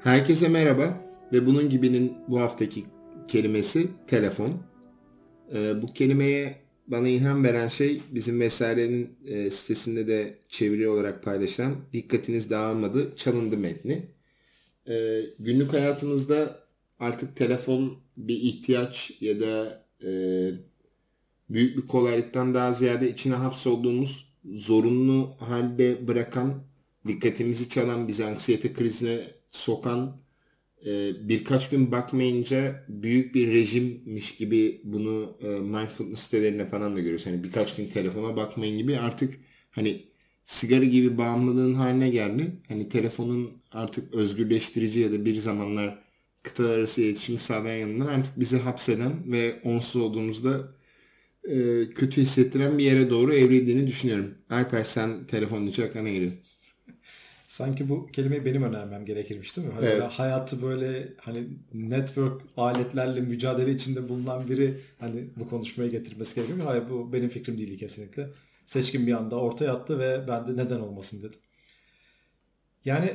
Herkese merhaba ve bunun gibinin bu haftaki kelimesi telefon. Bu kelimeye bana ilham veren şey bizim Vesaire'nin sitesinde de çeviri olarak paylaşılan "Dikkatiniz dağılmadı, çalındı" metni. Günlük hayatımızda artık telefon bir ihtiyaç ya da büyük bir kolaylıktan daha ziyade içine hapsolduğumuz, zorunlu halde bırakan, dikkatimizi çalan, bizi anksiyete krizine sokan, birkaç gün bakmayınca büyük bir rejimmiş gibi bunu mindfulness sitelerinde falan da görüyoruz. Hani birkaç gün telefona bakmayın gibi artık hani sigara gibi bağımlılığın haline geldi. Hani telefonun artık özgürleştirici ya da bir zamanlar kıtalar arası iletişimi sağlayan yanından artık bizi hapseden ve onsuz olduğumuzda kötü hissettiren bir yere doğru evrildiğini düşünüyorum. Alper, sen telefonun için aklına geliyor. Sanki bu kelimeyi benim önermem gerekirmiş, değil mi? Hani Evet. hayatı böyle hani network aletlerle mücadele içinde bulunan biri hani bu konuşmaya getirmesi gerekiyor. Hayır, bu benim fikrim değil kesinlikle. Seçkin bir anda ortaya attı ve ben de neden olmasın dedim. Yani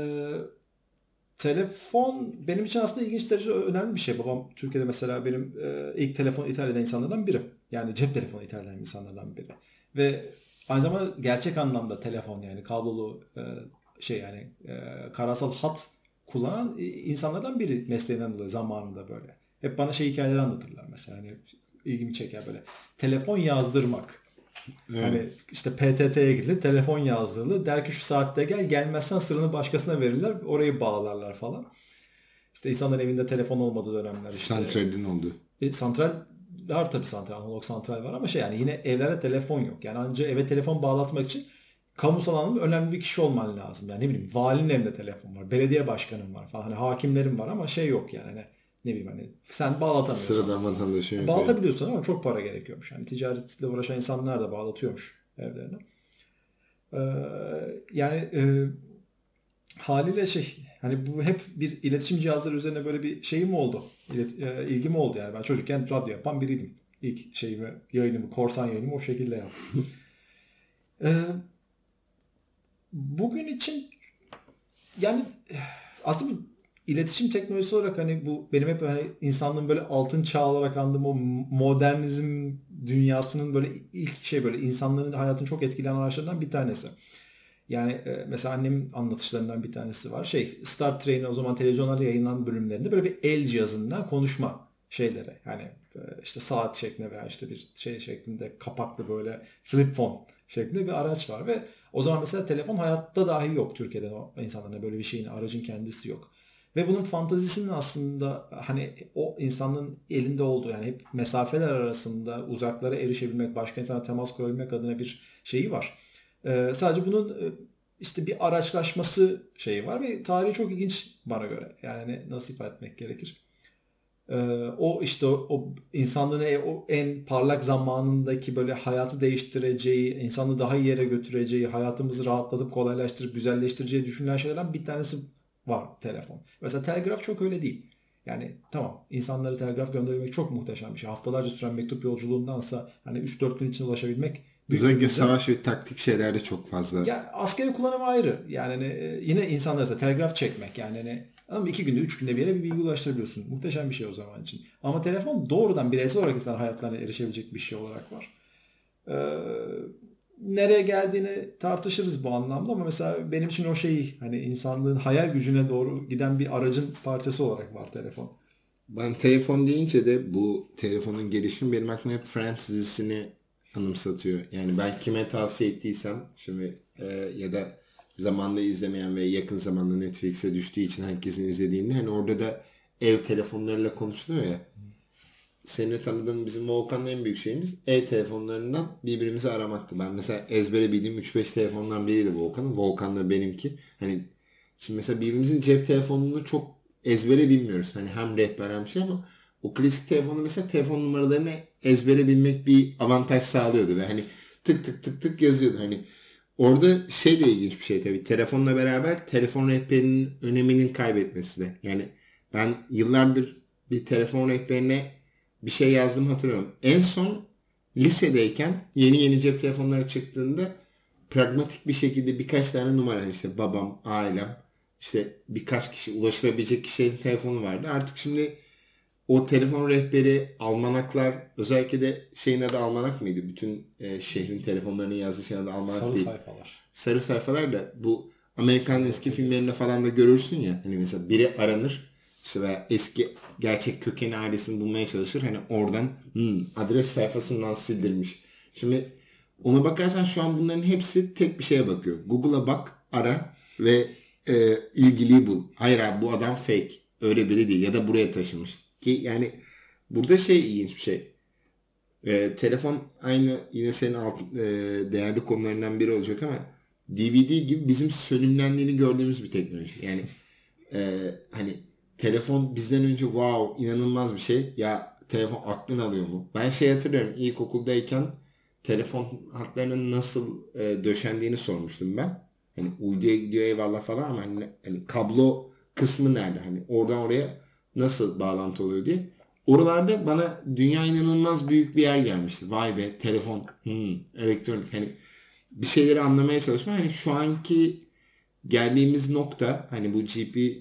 telefon benim için aslında ilginç derece önemli bir şey. Babam Türkiye'de mesela benim ilk telefonu ithal eden insanlardan biri. Yani cep telefonu ithal eden insanlardan biri. Ve aynı zamanda gerçek anlamda telefon, yani kablolu karasal hat kullanan insanlardan biri mesleğinden dolayı zamanında böyle. Hep bana hikayeleri anlatırlar mesela. Hani ilgimi çeker böyle. Telefon yazdırmak. Evet. Hani işte PTT'ye gidilir, telefon yazdırılır. Der ki şu saatte gel, gelmezsen sırrını başkasına verirler. Orayı bağlarlar falan. İşte insanların evinde telefon olmadığı dönemler işte. Santralin oldu. Santral var tabii, analog santral var ama yani yine evlerde telefon yok. Yani ancak eve telefon bağlatmak için kamusal anlamda önemli bir kişi olman lazım. Yani ne bileyim, valinin evinde telefon var, belediye başkanım var falan. Hani hakimlerim var ama yok yani. Hani ne bileyim, hani sen bağlatamıyorsan. Sıradan vatandaşın yok. Bağlatabiliyorsun ama çok para gerekiyormuş. Yani ticaretle uğraşan insanlar da bağlatıyormuş evlerine. Yani haliyle hani bu hep bir iletişim cihazları üzerine böyle bir şeyim oldu. İlgim oldu yani. Ben çocukken radyo yapan biriydim. İlk yayınımı, korsan yayınımı o şekilde yaptım. Bugün için yani aslında bu iletişim teknolojisi olarak hani bu benim hep hani insanlığın böyle altın çağı olarak andığım o modernizm dünyasının böyle ilk böyle insanların hayatını çok etkileyen araçlarından bir tanesi. Yani mesela annemin anlatışlarından bir tanesi var. Star Trek'in o zaman televizyonlarda yayınlanan bölümlerinde böyle bir el cihazından konuşma şeyleri. Yani işte saat şeklinde veya işte bir şeklinde kapaklı böyle flip phone şeklinde bir araç var ve o zaman mesela telefon hayatta dahi yok Türkiye'de, o insanların böyle bir şeyin, aracın kendisi yok. Ve bunun fantazisinin aslında hani o insanın elinde olduğu, yani hep mesafeler arasında uzaklara erişebilmek, başka insana temas kurabilmek adına bir şeyi var. Sadece bunun işte bir araçlaşması var ve tarihi çok ilginç bana göre. Yani nasıl ifade etmek gerekir? O işte o insanlığın o en parlak zamanındaki böyle hayatı değiştireceği, insanlığı daha iyi yere götüreceği, hayatımızı rahatlatıp kolaylaştırıp güzelleştireceği düşünülen şeylerden bir tanesi var telefon. Mesela telgraf çok öyle değil. Yani tamam, insanları telgraf göndermek çok muhteşem bir şey. Haftalarca süren mektup yolculuğundansa hani 3-4 gün içinde ulaşabilmek büyük bir Özellikle mucize. savaş ve taktik şeylerde çok fazla. Ya askeri kullanımı ayrı. Yani yine insanlar arasında telgraf çekmek, yani ama 2 günde 3 günde bir yere bir bilgi ulaştırabiliyorsun. Muhteşem bir şey o zaman için. Ama telefon doğrudan bireysel olarak insan hayatlarına erişebilecek bir şey olarak var. Nereye geldiğini tartışırız bu anlamda ama mesela benim için o hani insanlığın hayal gücüne doğru giden bir aracın parçası olarak var telefon. Ben telefon deyince de bu telefonun gelişimi benim aklıma hep Friends dizisini anımsatıyor. Yani ben kime tavsiye ettiysem şimdi ya da zamanla izlemeyen ve yakın zamanda Netflix'e düştüğü için herkesin izlediğinde hani orada da ev telefonlarıyla konuşuluyor ya. Seni tanıdığım bizim Volkan'ın en büyük şeyimiz ev telefonlarından birbirimizi aramaktı. Ben mesela ezbere bildiğim 3-5 telefondan biriydi Volkan'ın. Volkan'la benimki. Hani şimdi mesela birbirimizin cep telefonunu çok ezbere bilmiyoruz. Hani hem rehber hem şey ama o klasik telefonu mesela telefon numaralarını ezbere bilmek bir avantaj sağlıyordu. Ve hani tık tık tık tık yazıyordu. Hani orada de ilginç bir şey tabii. Telefonla beraber telefon rehberinin öneminin kaybetmesi de. Yani ben yıllardır bir telefon rehberine bir şey yazdım hatırlıyorum. En son lisedeyken yeni cep telefonları çıktığında pragmatik bir şekilde birkaç tane numara, işte babam, ailem, işte birkaç kişi ulaşılabilecek kişilerin telefonu vardı. Artık şimdi o telefon rehberi, almanaklar, özellikle de şeyin adı almanak mıydı? Bütün şehrin telefonlarını yazdığı şeyin adı almanak Sarı değil. sayfalar. Sarı sayfalar da bu Amerikan eski filmlerinde falan da görürsün ya. Hani mesela biri aranır. İşte veya eski gerçek kökeni ailesini bulmaya çalışır. Hani oradan adres sayfasından sildirmiş. Şimdi ona bakarsan şu an bunların hepsi tek bir şeye bakıyor. Google'a bak, ara ve ilgiliyi bul. Hayır abi bu adam fake. Öyle biri değil. Ya da buraya taşımış. Ki yani burada ilginç bir şey. Telefon aynı yine senin değerli konularından biri olacak ama DVD gibi bizim sönümlendiğini gördüğümüz bir teknoloji. Yani hani telefon bizden önce wow inanılmaz bir şey. Ya telefon aklını alıyor mu? Ben hatırlıyorum ilkokuldayken telefon hatlarının nasıl döşendiğini sormuştum ben. Hani uyduya gidiyor eyvallah falan ama hani kablo kısmı nerede? Hani oradan oraya nasıl bağlantı oluyor diye. Oralarda bana dünya inanılmaz büyük bir yer gelmişti. Vay be telefon, elektronik hani bir şeyleri anlamaya çalışma. Hani şu anki geldiğimiz nokta hani bu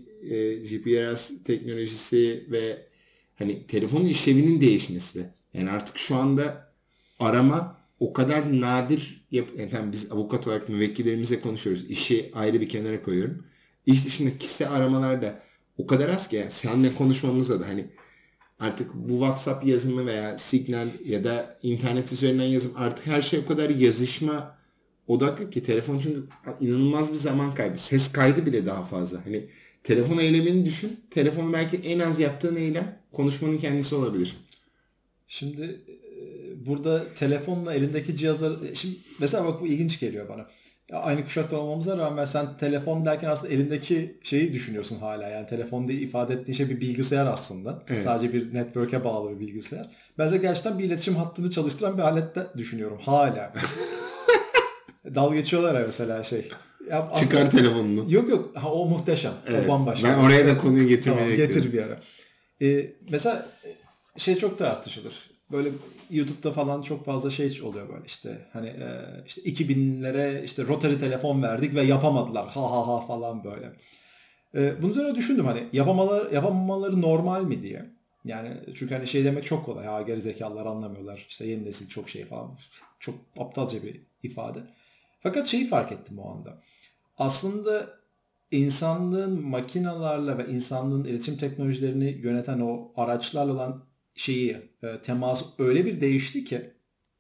GPS teknolojisi ve hani telefonun işlevinin değişmesi de. Yani artık şu anda arama o kadar nadir yani tamam biz avukat olarak müvekkillerimize konuşuyoruz. İşi ayrı bir kenara koyuyorum. İş dışında kişisel aramalarda o kadar az ki yani seninle konuşmamızda da hani artık bu WhatsApp yazımı veya Signal ya da internet üzerinden yazım artık her şey o kadar yazışma odaklı ki telefon çünkü inanılmaz bir zaman kaybı. Ses kaydı bile daha fazla. Hani telefon eylemini düşün. Telefonu belki en az yaptığın eylem konuşmanın kendisi olabilir. Şimdi burada telefonla elindeki cihazları... Şimdi mesela bak bu ilginç geliyor bana. Ya aynı kuşaktan olmamıza rağmen sen telefon derken aslında elindeki şeyi düşünüyorsun hala. Yani telefon diye ifade ettiğin şey bir bilgisayar aslında. Evet. Sadece bir network'e bağlı bir bilgisayar. Ben de gerçekten bir iletişim hattını çalıştıran bir alette düşünüyorum hala. Dalga geçiyorlar ya mesela Ya aslında, çıkar telefonunu. Yok. O muhteşem. Evet. O bambaşka. Ben oraya da konuyu getirmeye tamam, getir bir ara. Mesela çok tartışılır. Böyle YouTube'da falan çok fazla oluyor böyle hani işte 2000'lere işte rotary telefon verdik ve yapamadılar ha falan böyle. Bunun üzerine düşündüm hani yapamamaları normal mi diye. Yani çünkü hani demek çok kolay. Ha gerizekalılar anlamıyorlar. İşte yeni nesil çok falan. Çok aptalca bir ifade. Fakat fark ettim o anda. Aslında insanlığın makinalarla ve insanlığın iletişim teknolojilerini yöneten o araçlarla olan teması öyle bir değişti ki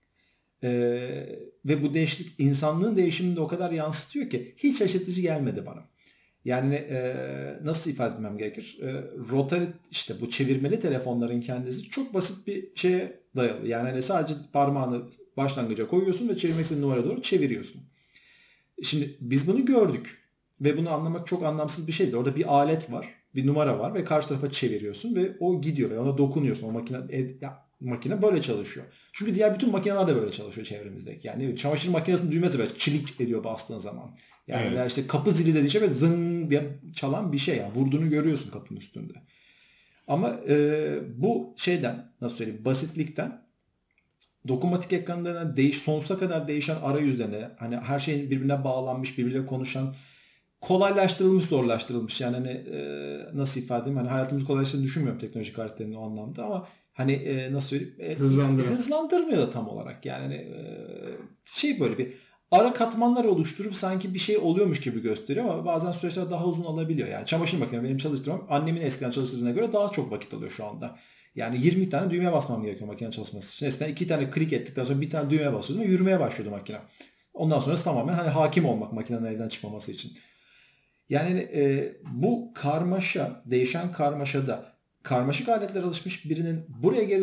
ve bu değişiklik insanlığın değişimini de o kadar yansıtıyor ki hiç şaşırtıcı gelmedi bana. Yani nasıl ifade etmem gerekir? Rotary bu çevirmeli telefonların kendisi çok basit bir şeye dayalı. Yani hani sadece parmağını başlangıca koyuyorsun ve çevirmek istediğin numaraya doğru çeviriyorsun. Şimdi biz bunu gördük ve bunu anlamak çok anlamsız bir şeydi. Orada bir alet var, bir numara var ve karşı tarafa çeviriyorsun ve o gidiyor ve ona dokunuyorsun. O makine böyle çalışıyor. Çünkü diğer bütün makineler de böyle çalışıyor çevremizdeki. Yani çamaşır makinesinin düğmesi böyle çilik ediyor bastığın zaman. Yani veya kapı zili dediği şey böyle zıng diye çalan bir şey. Yani vurduğunu görüyorsun kapının üstünde. Ama bu nasıl söyleyeyim basitlikten dokunmatik ekranlarına sonsuza kadar değişen arayüzlerine hani her şeyin birbirine bağlanmış, birbiriyle konuşan kolaylaştırılmış, zorlaştırılmış. Yani hani nasıl ifade edeyim? Hani hayatımızı kolaylaştırdığını düşünmüyorum teknolojik aletlerin o anlamda ama hani nasıl söyleyeyim? Hızlandırmıyor da tam olarak. Yani hani böyle bir ara katmanlar oluşturup sanki bir şey oluyormuş gibi gösteriyor ama bazen süreçler daha uzun alabiliyor. Yani çamaşır makinesi benim çalıştırmam annemin eskiden çalıştırdığına göre daha çok vakit alıyor şu anda. Yani 20 tane düğmeye basmam gerekiyor makine çalışması için. Eskiden 2 tane klik ettikten sonra bir tane düğmeye basıyordum ve yürümeye başlıyordu makine. Ondan sonra tamamen hani hakim olmak makinenin elden çıkmaması için. Yani bu değişen karmaşada karmaşık aletler alışmış birinin buraya geri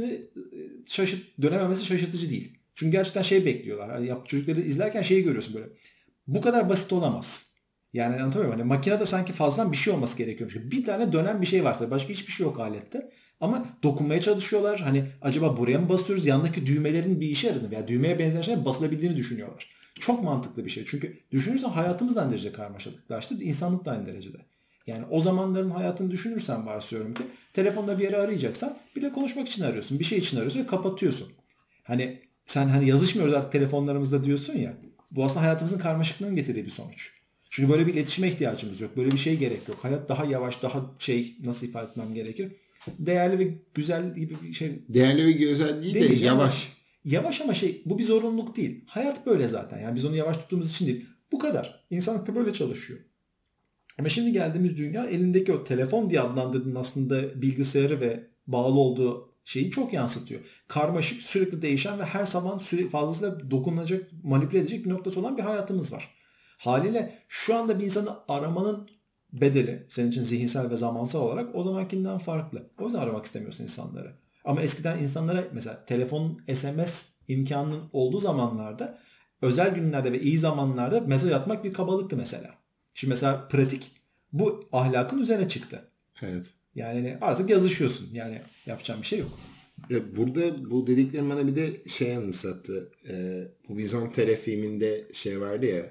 dönememesi şaşırtıcı değil. Çünkü gerçekten bekliyorlar. Yani çocukları izlerken görüyorsun böyle. Bu kadar basit olamaz. Yani anlatamıyorum. Hani makinede sanki fazladan bir şey olması gerekiyormuş. Bir tane dönen bir şey varsa başka hiçbir şey yok alette. Ama dokunmaya çalışıyorlar. Hani acaba buraya mı basıyoruz? Yandaki düğmelerin bir işe yaradığını veya düğmeye benzer şeyler basılabildiğini düşünüyorlar. Çok mantıklı bir şey. Çünkü düşünürsen hayatımız da aynı derece karmaşıklaştı. İnsanlık da aynı derecede. Yani o zamanların hayatını düşünürsen varsayıyorum ki telefonda bir yere arayacaksan bile konuşmak için arıyorsun. Bir şey için arıyorsun ve kapatıyorsun. Hani sen yazışmıyoruz artık telefonlarımızda diyorsun ya. Bu aslında hayatımızın karmaşıklığının getirdiği bir sonuç. Çünkü böyle bir iletişime ihtiyacımız yok. Böyle bir şey gerek yok. Hayat daha yavaş, daha nasıl ifade etmem gerekir? Değerli ve güzel gibi bir şey. Değerli ve güzel değil de yavaş. Yavaş ama bu bir zorunluluk değil. Hayat böyle zaten. Yani biz onu yavaş tuttuğumuz için değil. Bu kadar. İnsanlık da böyle çalışıyor. Ama şimdi geldiğimiz dünya elindeki o telefon diye adlandırdığın aslında bilgisayarı ve bağlı olduğu şeyi çok yansıtıyor. Karmaşık, sürekli değişen ve her zaman fazlasıyla dokunulacak, manipüle edecek bir noktası olan bir hayatımız var. Haliyle şu anda bir insanı aramanın bedeli senin için zihinsel ve zamansal olarak o zamankinden farklı. O yüzden aramak istemiyorsun insanları. Ama eskiden insanlara mesela telefon, SMS imkanının olduğu zamanlarda özel günlerde ve iyi zamanlarda mesaj atmak bir kabalıktı mesela. Şimdi mesela pratik bu ahlakın üzerine çıktı. Evet. Yani artık yazışıyorsun. Yani yapacağım bir şey yok. Burada bu dediklerim bana bir de şey anımsattı. Bu Vizon Tere filminde şey vardı ya,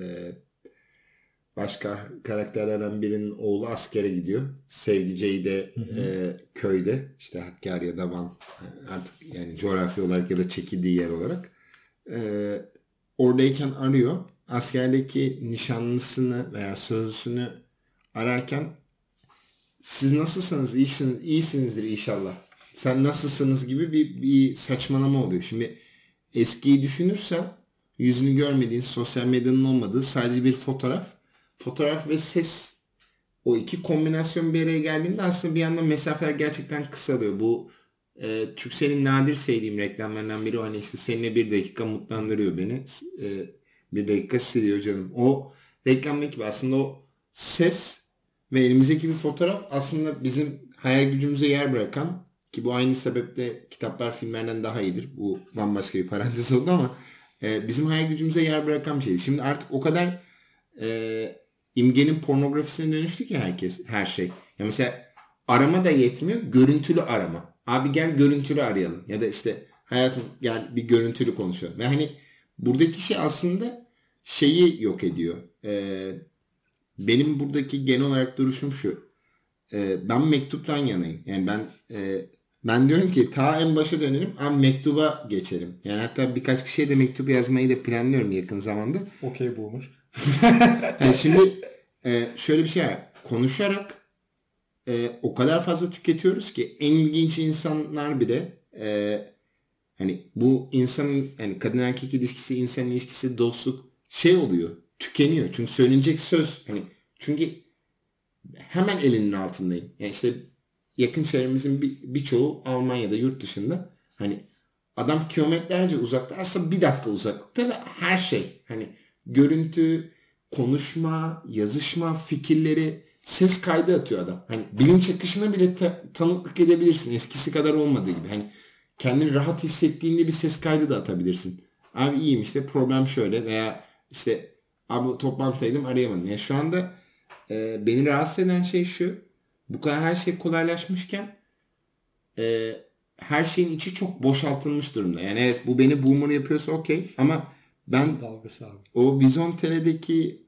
başka karakterlerden birinin oğlu askere gidiyor. Sevdiceği de köyde, işte Hakkari ya da Van, artık yani coğrafi olarak ya da çekildiği yer olarak. Oradayken arıyor. Askerdeki nişanlısını veya sözlüsünü ararken siz nasılsınız? İyisinizdir inşallah. Sen nasılsınız gibi bir saçmalama oluyor. Şimdi eskiyi düşünürsen yüzünü görmediğin, sosyal medyanın olmadığı sadece bir fotoğraf ve ses, o iki kombinasyon bir araya geldiğinde aslında bir yandan mesafeler gerçekten kısalıyor. Bu Turkcell'in nadir sevdiğim reklamlarından biri, hani işte seninle bir dakika mutlandırıyor beni. Bir dakika siliyor canım. O reklamdaki gibi aslında o ses ve elimizdeki bir fotoğraf aslında bizim hayal gücümüze yer bırakan, ki bu aynı sebeple kitaplar filmlerden daha iyidir. Bu bambaşka bir parantez oldu ama bizim hayal gücümüze yer bırakan bir şey. Şimdi artık o kadar imgenin pornografisine dönüştü ki her şey. Ya mesela arama da yetmiyor. Görüntülü arama. Abi gel görüntülü arayalım. Ya da işte hayatım gel bir görüntülü konuşalım. Ve hani buradaki şey aslında şeyi yok ediyor. Benim buradaki genel olarak duruşum şu. Ben mektuptan yanayım. Yani ben diyorum ki ta en başa dönelim ama mektuba geçelim. Yani hatta birkaç kişiye de mektup yazmayı da planlıyorum yakın zamanda. Okey boomer. Yani şimdi şöyle bir şey var. Konuşarak o kadar fazla tüketiyoruz ki en ilginç insanlar bile hani bu insanın, hani kadın erkek ilişkisi, insan ilişkisi, dostluk şey oluyor. Tükeniyor. Çünkü söylenecek söz, hani çünkü hemen elinin altındayım. Yani işte yakın çevremizin birçoğu Almanya'da, yurt dışında. Hani adam kilometrelerce uzakta, aslında bir dakika uzaklıkta ve her şey, hani görüntü, konuşma, yazışma, fikirleri ses kaydı atıyor adam. Hani bilinç akışına bile tanıklık edebilirsin. Eskisi kadar olmadığı gibi. Hani kendini rahat hissettiğinde bir ses kaydı da atabilirsin. Abi iyiyim işte, problem şöyle, veya işte abi toplantıdaydım arayamadım. Yani şu anda beni rahatsız eden şey şu. Bu kadar her şey kolaylaşmışken her şeyin içi çok boşaltılmış durumda. Yani evet, bu beni boomer yapıyorsa okey, ama ben o Vizon TR'deki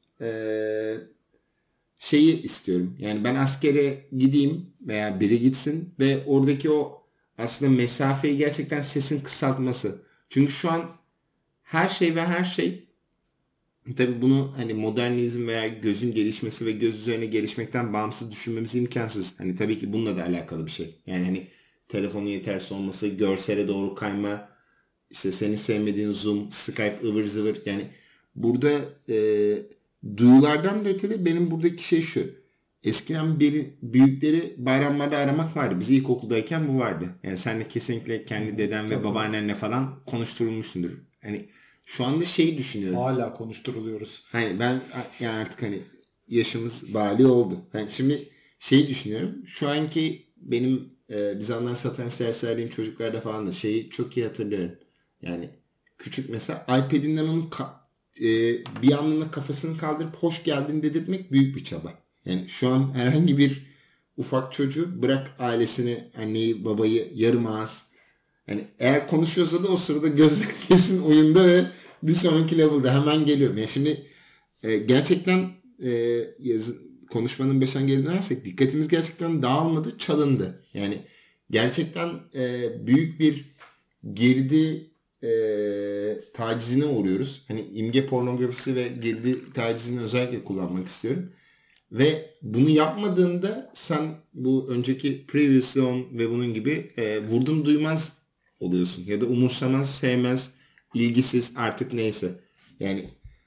şeyi istiyorum. Yani ben askere gideyim veya biri gitsin ve oradaki o aslında mesafeyi gerçekten sesin kısaltması. Çünkü şu an her şey ve her şey, tabii bunu hani modernizm veya gözün gelişmesi ve göz üzerine gelişmekten bağımsız düşünmemiz imkansız. Hani tabii ki bununla da alakalı bir şey. Yani hani telefonun yetersiz olması, görsele doğru kayma, işte seni sevmediğin Zoom, Skype, ıvır zıvır. Yani burada duyulardan da ötede benim buradaki şey şu. Eskiden büyükleri bayramlarda aramak vardı. Biz ilkokuldayken bu vardı. Yani sen de kesinlikle kendi deden ve babaannenle falan konuşturulmuşsundur. Hani şu anda şeyi düşünüyorum. Hala konuşturuluyoruz. Hani ben yani artık hani yaşımız bali oldu. Yani şimdi şeyi düşünüyorum. Şu anki benim bize ondan satranç dersi verdiğim çocuklarda falan da şeyi çok iyi hatırlıyorum. Yani küçük mesela iPad'inden onun bir anlığına kafasını kaldırıp hoş geldin dedirtmek büyük bir çaba. Yani şu an herhangi bir ufak çocuğu bırak ailesini, anneyi, babayı yarım ağız. Yani eğer konuşuyorsa da o sırada gözler kesin oyunda ve bir sonraki level'da hemen geliyorum. Yani şimdi gerçekten konuşmanın başından geri dönersek dikkatimiz gerçekten dağılmadı, çalındı. Yani gerçekten büyük bir girdi tacizine uğruyoruz. Hani imge pornografisi ve girdi tacizini özellikle kullanmak istiyorum. Ve bunu yapmadığında sen bu önceki previously on ve bunun gibi vurdum duymaz oluyorsun. Ya da umursamaz, sevmez, ilgisiz artık neyse. Yani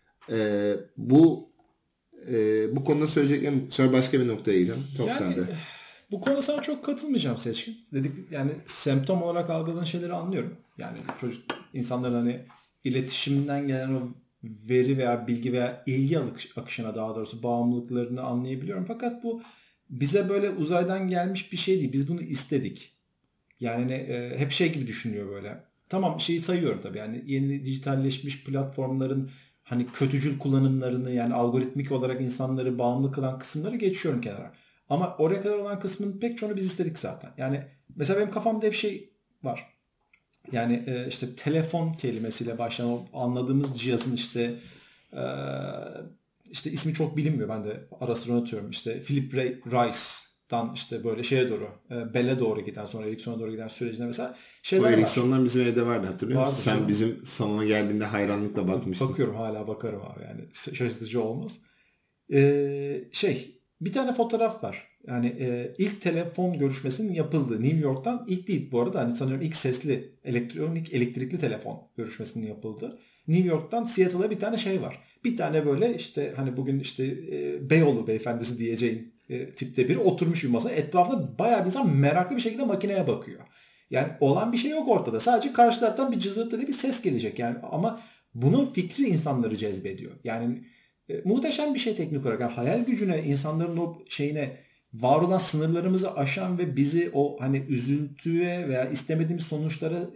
bu konuda söyleyeceklerim, sonra başka bir noktaya geleceğim. Top Yani sende. bu konuda sana çok katılmayacağım Seçkin. Yani semptom olarak algıladığın şeyleri anlıyorum. Yani çocuk insanların hani iletişimden gelen o veri veya bilgi veya ilgi akışına daha doğrusu bağımlılıklarını anlayabiliyorum. Fakat bu bize böyle uzaydan gelmiş bir şey değil. Biz bunu istedik. Yani hep şey gibi düşünüyor böyle. Tamam şeyi sayıyorum tabii. Yani yeni dijitalleşmiş platformların hani kötücül kullanımlarını yani algoritmik olarak insanları bağımlı kılan kısımları geçiyorum kenara. Ama oraya kadar olan kısmın pek çoğunu biz istedik zaten. Yani mesela benim kafamda hep şey var. Yani işte telefon kelimesiyle başlayan o anladığımız cihazın e, işte ismi çok bilinmiyor. Ben de ara sıra unutuyorum. İşte Philip Rice'dan işte böyle şeye doğru Bell'e doğru giden sonra Ericsson'a doğru giden sürecinde mesela O şeyler var. Ericsson'dan bizim evde vardı, hatırlıyor musun? Vardı Sen canım. bizim salona geldiğinde hayranlıkla bakmıştın. Bakıyorum hala bakarım abi yani şaşırtıcı olmaz. Bir tane fotoğraf var. Yani ilk telefon görüşmesinin yapıldığı New York'tan ilk değil bu arada hani sanıyorum ilk sesli elektrikli telefon görüşmesinin yapıldığı New York'tan Seattle'a bir tane şey var. Bir tane böyle işte hani bugün işte Beyoğlu beyefendisi diyeceğin tipte biri oturmuş bir masa. Etrafında bayağı bir insan meraklı bir şekilde makineye bakıyor. Yani olan bir şey yok ortada. Sadece karşı taraftan bir cızırtı bir ses gelecek yani ama bunun fikri insanları cezbediyor. Yani muhteşem bir şey teknik olarak. Yani hayal gücüne, insanların o şeyine var olan sınırlarımızı aşan ve bizi o hani üzüntüye veya istemediğimiz sonuçlara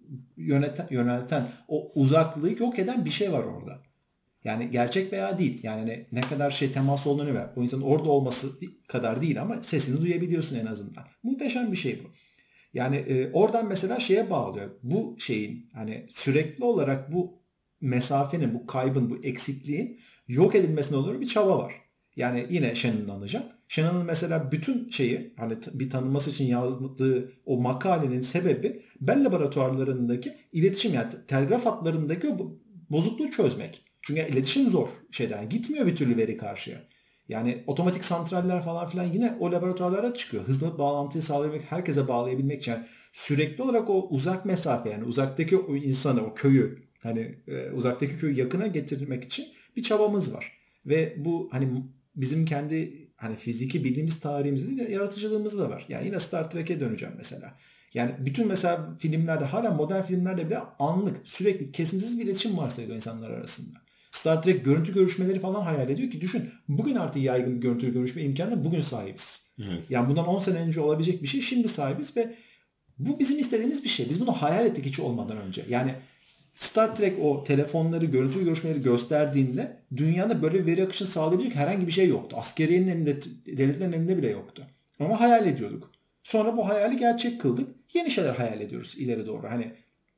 yönelten o uzaklığı yok eden bir şey var orada. Yani gerçek veya değil. Yani ne kadar şey temas olduğunu ve o insanın orada olması kadar değil ama sesini duyabiliyorsun en azından. Muhteşem bir şey bu. Yani oradan mesela şeye bağlıyor. Bu şeyin hani sürekli olarak bu mesafenin, bu kaybın, bu eksikliğin yok edilmesine doğru bir çaba var. Yani yine Shannon'ı anlayacağım. Shannon'ın mesela bütün şeyi hani bir tanınması için yazdığı o makalenin sebebi Bell laboratuvarlarındaki iletişim yani telgraf hatlarındaki o bozukluğu çözmek. Çünkü iletişim zor şeyden gitmiyor bir türlü veri karşıya. Yani otomatik santraller falan filan yine o laboratuvarlara çıkıyor. Hızlı bağlantıyı sağlayabilmek, herkese bağlayabilmek için yani sürekli olarak o uzak mesafe yani uzaktaki o insanı, o köyü hani uzaktaki köyü yakına getirmek için bir çabamız var. Ve bu hani bizim kendi hani fiziki bildiğimiz tarihimizde yaratıcılığımız da var. Yani yine Star Trek'e döneceğim mesela. Yani bütün mesela filmlerde hala modern filmlerde bile anlık sürekli kesintisiz bir iletişim varsayılıyor insanlar arasında. Star Trek görüntü görüşmeleri falan hayal ediyor ki düşün bugün artık yaygın bir görüntü görüşme imkanına bugün sahibiz. Evet. Yani bundan 10 sene önce olabilecek bir şey şimdi sahibiz ve bu bizim istediğimiz bir şey. Biz bunu hayal ettik hiç olmadan önce. Yani Star Trek o telefonları, görüntü görüşmeleri gösterdiğinde dünyada böyle bir veri akışını sağlayabilecek herhangi bir şey yoktu. Askeriyenin elinde, devletlerin elinde bile yoktu. Ama hayal ediyorduk. Sonra bu hayali gerçek kıldık. Yeni şeyler hayal ediyoruz ileri doğru. Hani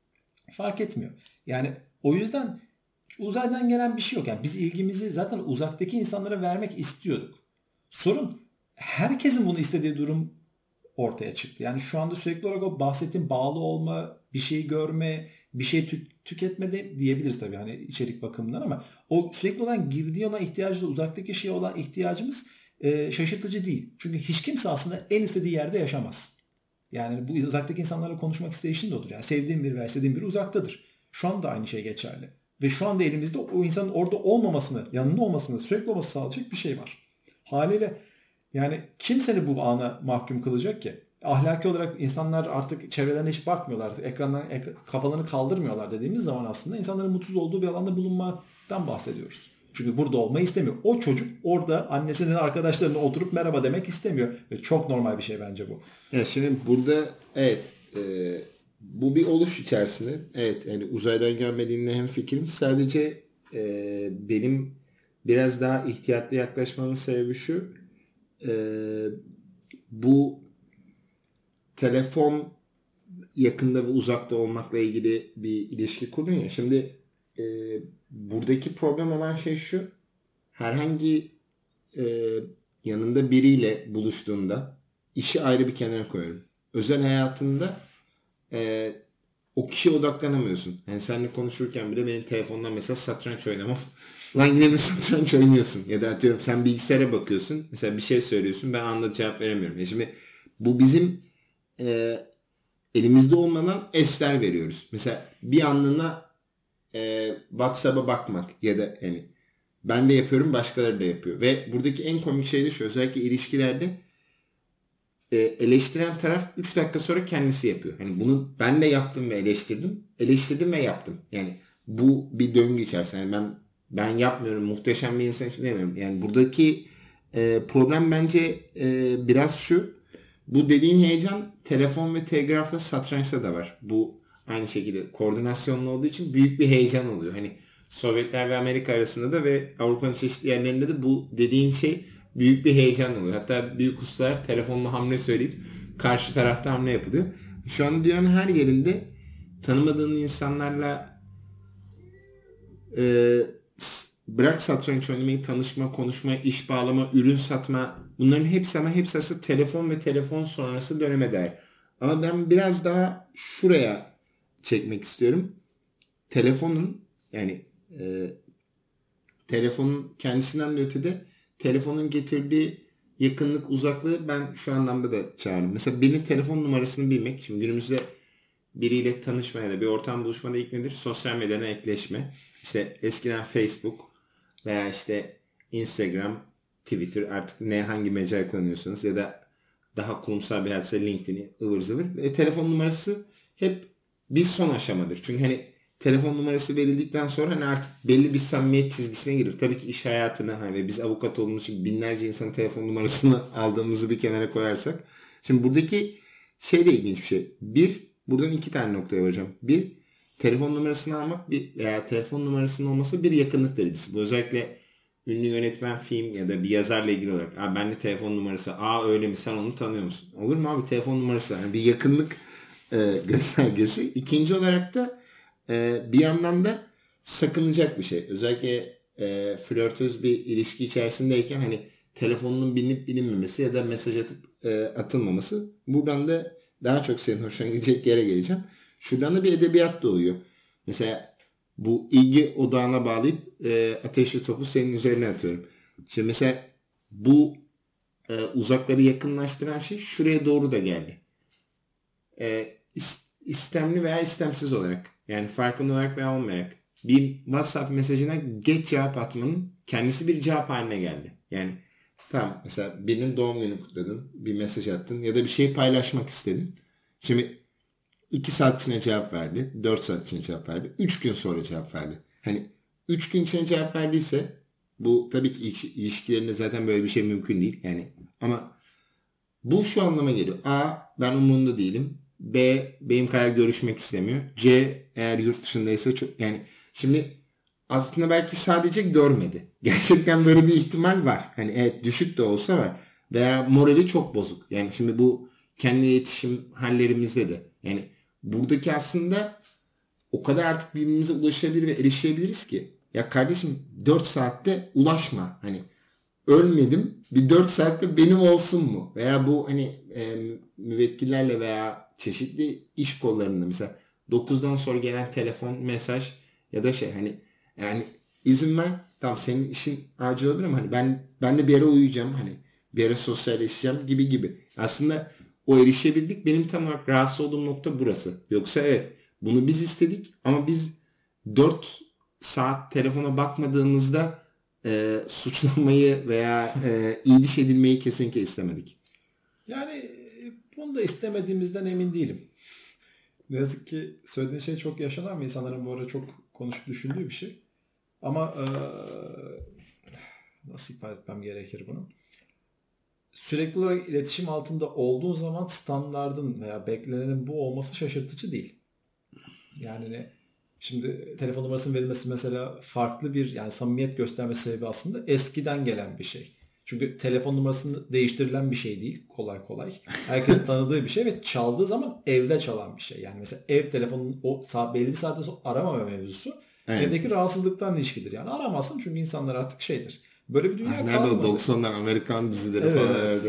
fark etmiyor. Yani o yüzden uzaydan gelen bir şey yok. Yani biz ilgimizi zaten uzaktaki insanlara vermek istiyorduk. Sorun herkesin bunu istediği durum ortaya çıktı. Yani şu anda sürekli olarak o bahsettiğim bağlı olma, bir şey görme, bir şey tüketme de diyebiliriz tabii hani içerik bakımından ama o sürekli olan girdiği olan ihtiyacı uzaktaki şeye olan ihtiyacımız şaşırtıcı değil. Çünkü hiç kimse aslında en istediği yerde yaşamaz. Yani bu uzaktaki insanlarla konuşmak isteyişin de odur. Yani sevdiğim biri veya istediğim biri uzaktadır. Şu anda aynı şey geçerli. Ve şu anda elimizde o insanın orada olmamasını, yanında olmasını, sürekli olması sağlayacak bir şey var. Haliyle yani kim seni bu ana mahkum kılacak ki? Ahlaki olarak insanlar artık çevrelerine hiç bakmıyorlar. Artık ekrandan kafalarını kaldırmıyorlar dediğimiz zaman aslında insanların mutsuz olduğu bir alanda bulunmaktan bahsediyoruz. Çünkü burada olmayı istemiyor. O çocuk orada annesinin arkadaşlarına oturup merhaba demek istemiyor. Ve çok normal bir şey bence bu. Ya şimdi burada evet bu bir oluş içerisinde. Evet yani uzaydan gelmediğinde hemfikirim. Sadece benim biraz daha ihtiyatlı yaklaşmamın sebebi şu. Bu telefon yakında ve uzakta olmakla ilgili bir ilişki kurun ya. Şimdi buradaki problem olan şey şu. Herhangi yanında biriyle buluştuğunda işi ayrı bir kenara koyuyorum. Özel hayatında o kişiye odaklanamıyorsun. Yani seninle konuşurken bile benim telefondan mesela satranç oynamam. Lan yine mi satranç oynuyorsun? Ya da atıyorum sen bilgisayara bakıyorsun. Mesela bir şey söylüyorsun, ben anında cevap veremiyorum. Ya şimdi bu bizim elimizde olmadan esler veriyoruz. Mesela bir anlığına WhatsApp'a bakmak ya da yani ben de yapıyorum, başkaları da yapıyor. Ve buradaki en komik şey de şu, özellikle ilişkilerde eleştiren taraf 3 dakika sonra kendisi yapıyor. Hani bunu ben de yaptım ve eleştirdim. Eleştirdim ve yaptım. Yani bu bir döngü içerisinde. Yani ben yapmıyorum, muhteşem bir insan için demiyorum. Yani buradaki problem bence biraz şu. Bu dediğin heyecan telefon ve telgrafla, satrançta da var. Bu aynı şekilde koordinasyonlu olduğu için büyük bir heyecan oluyor. Hani Sovyetler ve Amerika arasında da ve Avrupa'nın çeşitli yerlerinde de bu dediğin şey büyük bir heyecan oluyor. Hatta büyük ustalar telefonla hamle söyleyip karşı tarafta hamle yapılıyor. Şu an dünyanın her yerinde tanımadığın insanlarla bırak satranç oynamayı, tanışma, konuşma, iş bağlama, ürün satma, bunların hepsi ama hepsi aslında telefon ve telefon sonrası döneme dair. Ama ben biraz daha şuraya çekmek istiyorum. Telefonun yani telefonun kendisinden de ötede telefonun getirdiği yakınlık, uzaklığı ben şu anlamda da çağırırım. Mesela birinin telefon numarasını bilmek. Şimdi günümüzde biriyle tanışmaya da bir ortam buluşmada ilk nedir? Sosyal medyadan ekleşme. İşte eskiden Facebook veya işte Instagram, Twitter, artık hangi mecra kullanıyorsanız ya da daha kurumsal bir hadise LinkedIn'i ıvır zıvır. Ve telefon numarası hep bir son aşamadır. Çünkü hani telefon numarası verildikten sonra hani artık belli bir samimiyet çizgisine girir. Tabii ki iş hayatına hani ve biz avukat olduğumuz için binlerce insanın telefon numarasını aldığımızı bir kenara koyarsak. Şimdi buradaki şey de ilginç bir şey. Buradan 2 tane noktaya varacağım. Telefon numarasını almak veya telefon numarasının olması bir yakınlık derecesi. Bu özellikle ünlü yönetmen, film ya da bir yazarla ilgili olarak. Bende telefon numarası. Öyle mi, sen onu tanıyor musun? Olur mu abi, telefon numarası? Yani bir yakınlık göstergesi. İkinci olarak da bir yandan da sakınacak bir şey. Özellikle flörtöz bir ilişki içerisindeyken hani telefonunun bilinip bilinmemesi ya da mesaj atıp atılmaması. Buradan da daha çok senin hoşuna gidecek yere geleceğim. Şuradan da bir edebiyat doğuyor. Mesela bu ilgi odağına bağlayıp ateşli topu senin üzerine atıyorum. Şimdi mesela bu uzakları yakınlaştıran şey şuraya doğru da geldi. İstemli veya istemsiz olarak, yani farkında olarak veya olmayarak bir WhatsApp mesajına geç cevap atmanın kendisi bir cevap haline geldi. Yani tamam, mesela birinin doğum günü kutladın, bir mesaj attın ya da bir şey paylaşmak istedin. Şimdi 2 saat içinde cevap verdi, 4 saat içinde cevap verdi, 3 gün sonra cevap verdi. Hani 3 gün içinde cevap verdiyse bu tabii ki ilişkilerinde zaten böyle bir şey mümkün değil. Yani ama bu şu anlama geliyor. A, ben umurunda değilim. B, benim kadar görüşmek istemiyor. C, eğer yurt dışındaysa çok, yani şimdi aslında belki sadece görmedi. Gerçekten böyle bir ihtimal var. Hani evet, düşük de olsa var. Veya morali çok bozuk. Yani şimdi bu kendi iletişim hallerimizde de. Yani buradaki aslında o kadar artık birbirimize ulaşabilir ve erişebiliriz ki. Ya kardeşim, 4 saatte ulaşma. Hani ölmedim, bir 4 saatte benim olsun mu? Veya bu hani müvekkillerle veya çeşitli iş kollarında mesela 9'dan sonra gelen telefon, mesaj ya da hani yani izin ver, tamam senin işin acil olabilir ama hani ben de bir yere uyuyacağım, hani bir yere sosyalleşeceğim gibi. Aslında o erişebildik, benim tam olarak rahatsız olduğum nokta burası. Yoksa evet, bunu biz istedik ama biz 4 saat telefona bakmadığımızda suçlanmayı veya iyiliş edilmeyi kesinlikle istemedik. Yani bunu da istemediğimizden emin değilim. Ne yazık ki söylediğin şey çok yaşanan ve insanların bu arada çok konuşup düşündüğü bir şey. Ama nasıl ifade etmem gerekir bunu? Sürekli olarak iletişim altında olduğun zaman standardın veya beklenenin bu olması şaşırtıcı değil. Yani şimdi telefon numarasının verilmesi mesela farklı bir, yani samimiyet gösterme sebebi aslında eskiden gelen bir şey. Çünkü telefon numarasını değiştirilen bir şey değil kolay kolay. Herkes tanıdığı bir şey ve çaldığı zaman evde çalan bir şey. Yani mesela ev telefonunun o belli bir saatten sonra aramama mevzusu evdeki rahatsızlıktan ilişkidir. Yani aramazsın çünkü insanlar artık şeydir. Böyle bir dünya nerede kalmadı. o 90'lar Amerikan dizileri falan. Evet.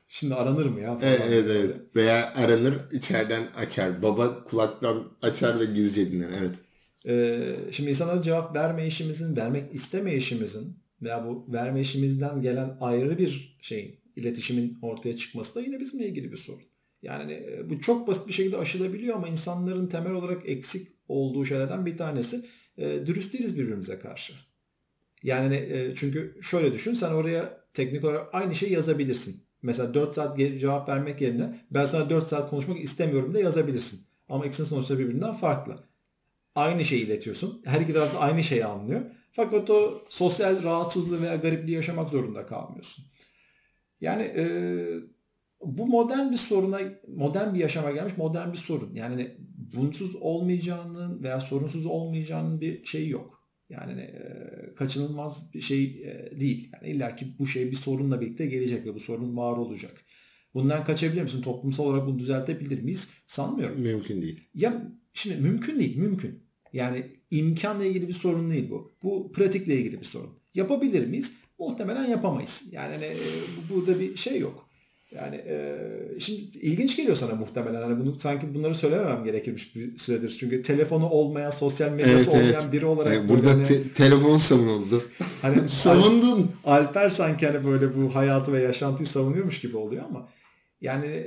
Şimdi aranır mı ya falan. Evet. Veya aranır, içeriden açar. Baba kulaktan açar ve gizlice dinler. Evet. Şimdi insanlara cevap vermeyişimizin, vermek istemeyişimizin veya bu vermeyişimizden gelen ayrı bir şeyin, iletişimin ortaya çıkması da yine bizimle ilgili bir sorun. Yani bu çok basit bir şekilde aşılabiliyor ama insanların temel olarak eksik olduğu şeylerden bir tanesi dürüst değiliz birbirimize karşı. Yani çünkü şöyle düşün, sen oraya teknik olarak aynı şeyi yazabilirsin. Mesela 4 saat cevap vermek yerine ben sana 4 saat konuşmak istemiyorum da yazabilirsin. Ama ikisinin sonuçları birbirinden farklı. Aynı şeyi iletiyorsun. Her iki taraf da aynı şeyi anlıyor. Fakat o sosyal rahatsızlığı veya garipliği yaşamak zorunda kalmıyorsun. Yani bu modern bir soruna, modern bir yaşama gelmiş modern bir sorun. Yani bunsuz olmayacağının veya sorunsuz olmayacağının bir şeyi yok. Yani kaçınılmaz bir şey değil. Yani illaki bu şey bir sorunla birlikte gelecek ve bu sorun var olacak. Bundan kaçabilir misin? Toplumsal olarak bunu düzeltebilir miyiz? Sanmıyorum. Mümkün değil. Ya şimdi mümkün değil, mümkün. Yani imkanla ilgili bir sorun değil bu. Bu pratikle ilgili bir sorun. Yapabilir miyiz? Muhtemelen yapamayız. Yani burada bir şey yok. Yani şimdi ilginç geliyor sana muhtemelen. Hani bunu sanki bunları söylememem gerekirmiş bir süredir. Çünkü telefonu olmayan, sosyal medyası olmayan biri olarak burada hani, telefon savunuldu. Hani savundun. Alper sanki hani böyle bu hayatı ve yaşantıyı savunuyormuş gibi oluyor ama yani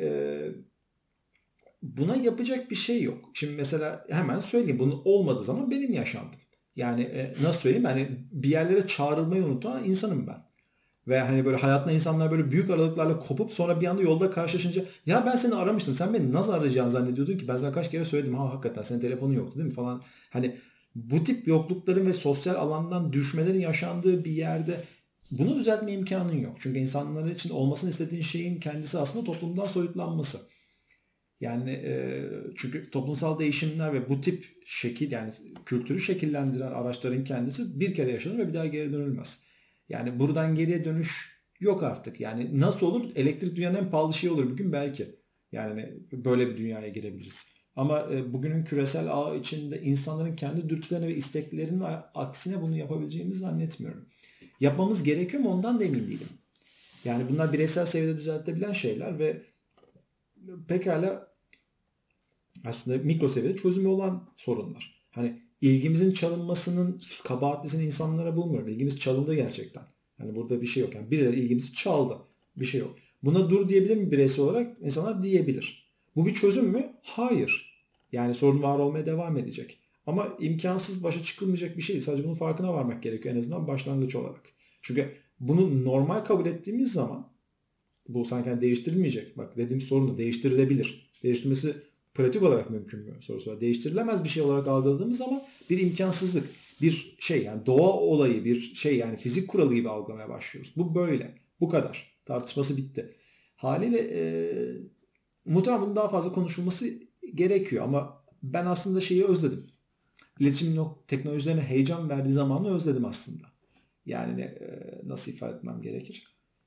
buna yapacak bir şey yok. Şimdi mesela hemen söyleyeyim, bunun olmadığı zaman benim yaşantım. Yani nasıl söyleyeyim, yani bir yerlere çağrılmayı unutan insanım ben. Ve hani böyle hayatında insanlar böyle büyük aralıklarla kopup sonra bir anda yolda karşılaşınca ya ben seni aramıştım, sen beni nasıl arayacağını zannediyordun ki, ben sana kaç kere söyledim, ha hakikaten senin telefonun yoktu değil mi falan. Hani bu tip yoklukların ve sosyal alandan düşmelerin yaşandığı bir yerde bunu düzeltme imkanın yok. Çünkü insanların için olmasını istediğin şeyin kendisi aslında toplumdan soyutlanması. Yani çünkü toplumsal değişimler ve bu tip şekil, yani kültürü şekillendiren araçların kendisi bir kere yaşanır ve bir daha geri dönülmez. Yani buradan geriye dönüş yok artık. Yani nasıl olur? Elektrik dünyanın en pahalı şeyi olur bir gün belki. Yani böyle bir dünyaya girebiliriz. Ama bugünün küresel ağ içinde insanların kendi dürtülerine ve isteklerinin aksine bunu yapabileceğimizi zannetmiyorum. Yapmamız gerekiyor mu ondan da emin değilim. Yani bunlar bireysel seviyede düzeltebilen şeyler ve pekala aslında mikro seviyede çözümü olan sorunlar. Hani ilgimizin çalınmasının kabahatlisini insanlara bulmuyorum. İlgimiz çalındı gerçekten. Yani burada bir şey yok. Yani birileri ilgimizi çaldı. Bir şey yok. Buna dur diyebilir mi bireysel olarak? İnsanlar diyebilir. Bu bir çözüm mü? Hayır. Yani sorun var olmaya devam edecek. Ama imkansız, başa çıkılmayacak bir şey değil. Sadece bunun farkına varmak gerekiyor en azından başlangıç olarak. Çünkü bunu normal kabul ettiğimiz zaman bu sanki değiştirilmeyecek. Bak dediğim sorun da değiştirilebilir. Değiştirmesi pratik olarak mümkün mü sorusu var. Değiştirilemez bir şey olarak algıladığımız zaman bir imkansızlık, bir şey, yani doğa olayı, bir şey, yani fizik kuralı gibi algılamaya başlıyoruz. Bu böyle. Bu kadar. Tartışması bitti. Haliyle muhtemelen bunun daha fazla konuşulması gerekiyor ama ben aslında şeyi özledim. İletişim teknolojilerine heyecan verdiği zamanı özledim aslında. Yani nasıl ifade etmem gerekir?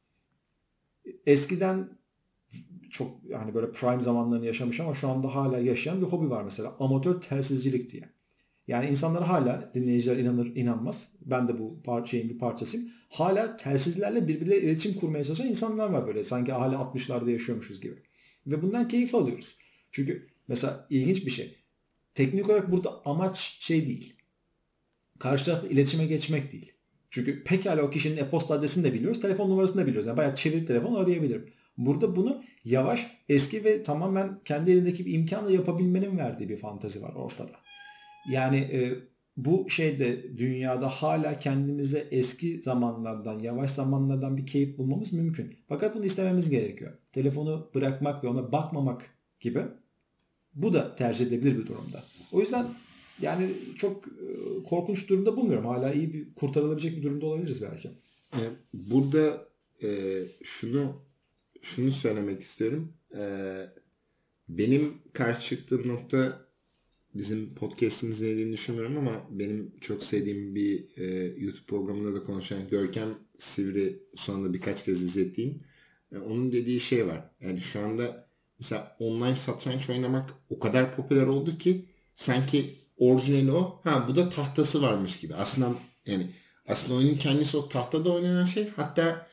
Eskiden çok yani böyle prime zamanlarını yaşamış ama şu anda hala yaşayan bir hobi var mesela. Amatör telsizcilik diye. Yani insanlar hala, dinleyiciler inanır inanmaz, ben de bu şeyin bir parçasıyım. Hala telsizlerle birbirleriyle iletişim kurmaya çalışan insanlar var böyle. Sanki hala 60'larda yaşıyormuşuz gibi. Ve bundan keyif alıyoruz. Çünkü mesela ilginç bir şey. Teknik olarak burada amaç şey değil. Karşı tarafla iletişime geçmek değil. Çünkü pekala o kişinin e-posta adresini de biliyoruz. Telefon numarasını da biliyoruz. Yani bayağı çevirip telefonu arayabilirim. Burada bunu yavaş, eski ve tamamen kendi elindeki bir imkanla yapabilmenin verdiği bir fantezi var ortada. Yani bu şeyde dünyada hala kendimize eski zamanlardan, yavaş zamanlardan bir keyif bulmamız mümkün. Fakat bunu istememiz gerekiyor. Telefonu bırakmak ve ona bakmamak gibi. Bu da tercih edilebilir bir durumda. O yüzden yani çok korkunç durumda bulmuyorum. Hala iyi bir kurtarılabilecek bir durumda olabiliriz belki. Burada şunu söylemek istiyorum. Benim karşı çıktığım nokta, bizim podcast'imizin dediğini düşünmüyorum ama benim çok sevdiğim bir YouTube programında da konuşan Görkem Sivri şu anda birkaç kez izlettiğim onun dediği şey var. Yani şu anda mesela online satranç oynamak o kadar popüler oldu ki sanki orijinali o. Ha bu da tahtası varmış gibi. Aslında oyunun kendisi o tahtada oynanan şey. Hatta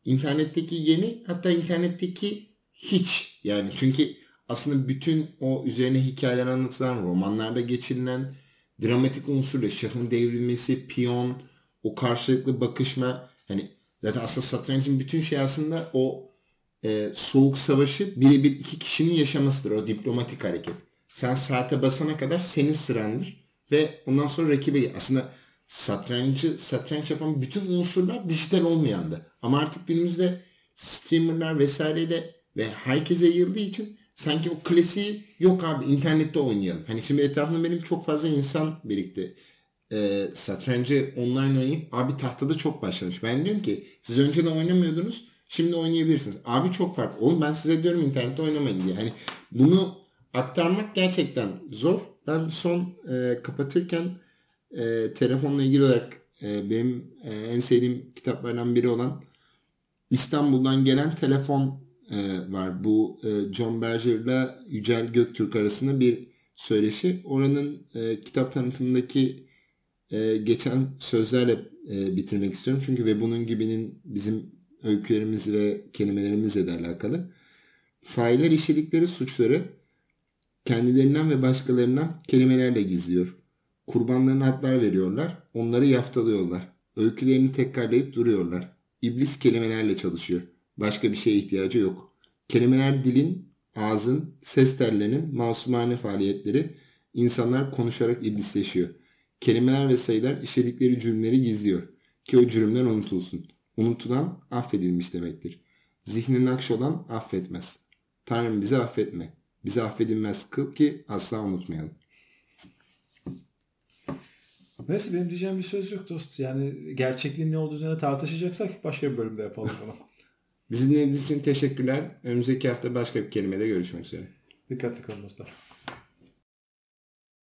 internetteki yeni, hatta internetteki hiç. Yani çünkü aslında bütün o üzerine hikayeler anlatılan, romanlarda geçirilen dramatik unsurla şahın devrilmesi, piyon, o karşılıklı bakışma, hani zaten aslında satrancın bütün şey aslında o soğuk savaşı birebir iki kişinin yaşamasıdır. O diplomatik hareket. Sen saate basana kadar senin sırandır ve ondan sonra rakibe, aslında satranç yapan bütün unsurlar dijital olmayandı. Ama artık günümüzde streamerlar vesaireyle ve herkese yayıldığı için sanki o klasiği yok abi internette oynayalım. Hani şimdi etrafımda benim çok fazla insan birikti. Satrancı online oynayıp abi tahtada çok başlamış. Ben diyorum ki siz önceden oynamıyordunuz, şimdi oynayabilirsiniz. Abi çok farklı. Oğlum ben size diyorum internette oynamayın diye. Hani bunu aktarmak gerçekten zor. Ben son kapatırken telefonla ilgili olarak benim en sevdiğim kitaplardan biri olan İstanbul'dan gelen telefon var. Bu John Berger'la Yücel Göktürk arasında bir söyleşi. Oranın kitap tanıtımındaki geçen sözlerle bitirmek istiyorum. Çünkü ve bunun gibinin bizim öykülerimiz ve kelimelerimizle de alakalı. Failler işledikleri suçları kendilerinden ve başkalarından kelimelerle gizliyor. Kurbanlarına adlar veriyorlar, onları yaftalıyorlar. Öykülerini tekrarlayıp duruyorlar. İblis kelimelerle çalışıyor. Başka bir şeye ihtiyacı yok. Kelimeler dilin, ağzın, ses tellerinin masumane faaliyetleri. İnsanlar konuşarak iblisleşiyor. Kelimeler ve sayılar işledikleri cürümleri gizliyor. Ki o cürümler unutulsun. Unutulan affedilmiş demektir. Zihnin nakş olan affetmez. Tanrım bizi affetme. Bizi affedilmez kıl ki asla unutmayalım. Neyse benim diyeceğim bir söz yok dost. Yani gerçekliğin ne olduğu üzerine tartışacaksak başka bir bölümde yapalım bunu. Bizi dinlediğiniz için teşekkürler. Önümüzdeki hafta başka bir kelimede görüşmek üzere. Dikkatli kalın dostlar.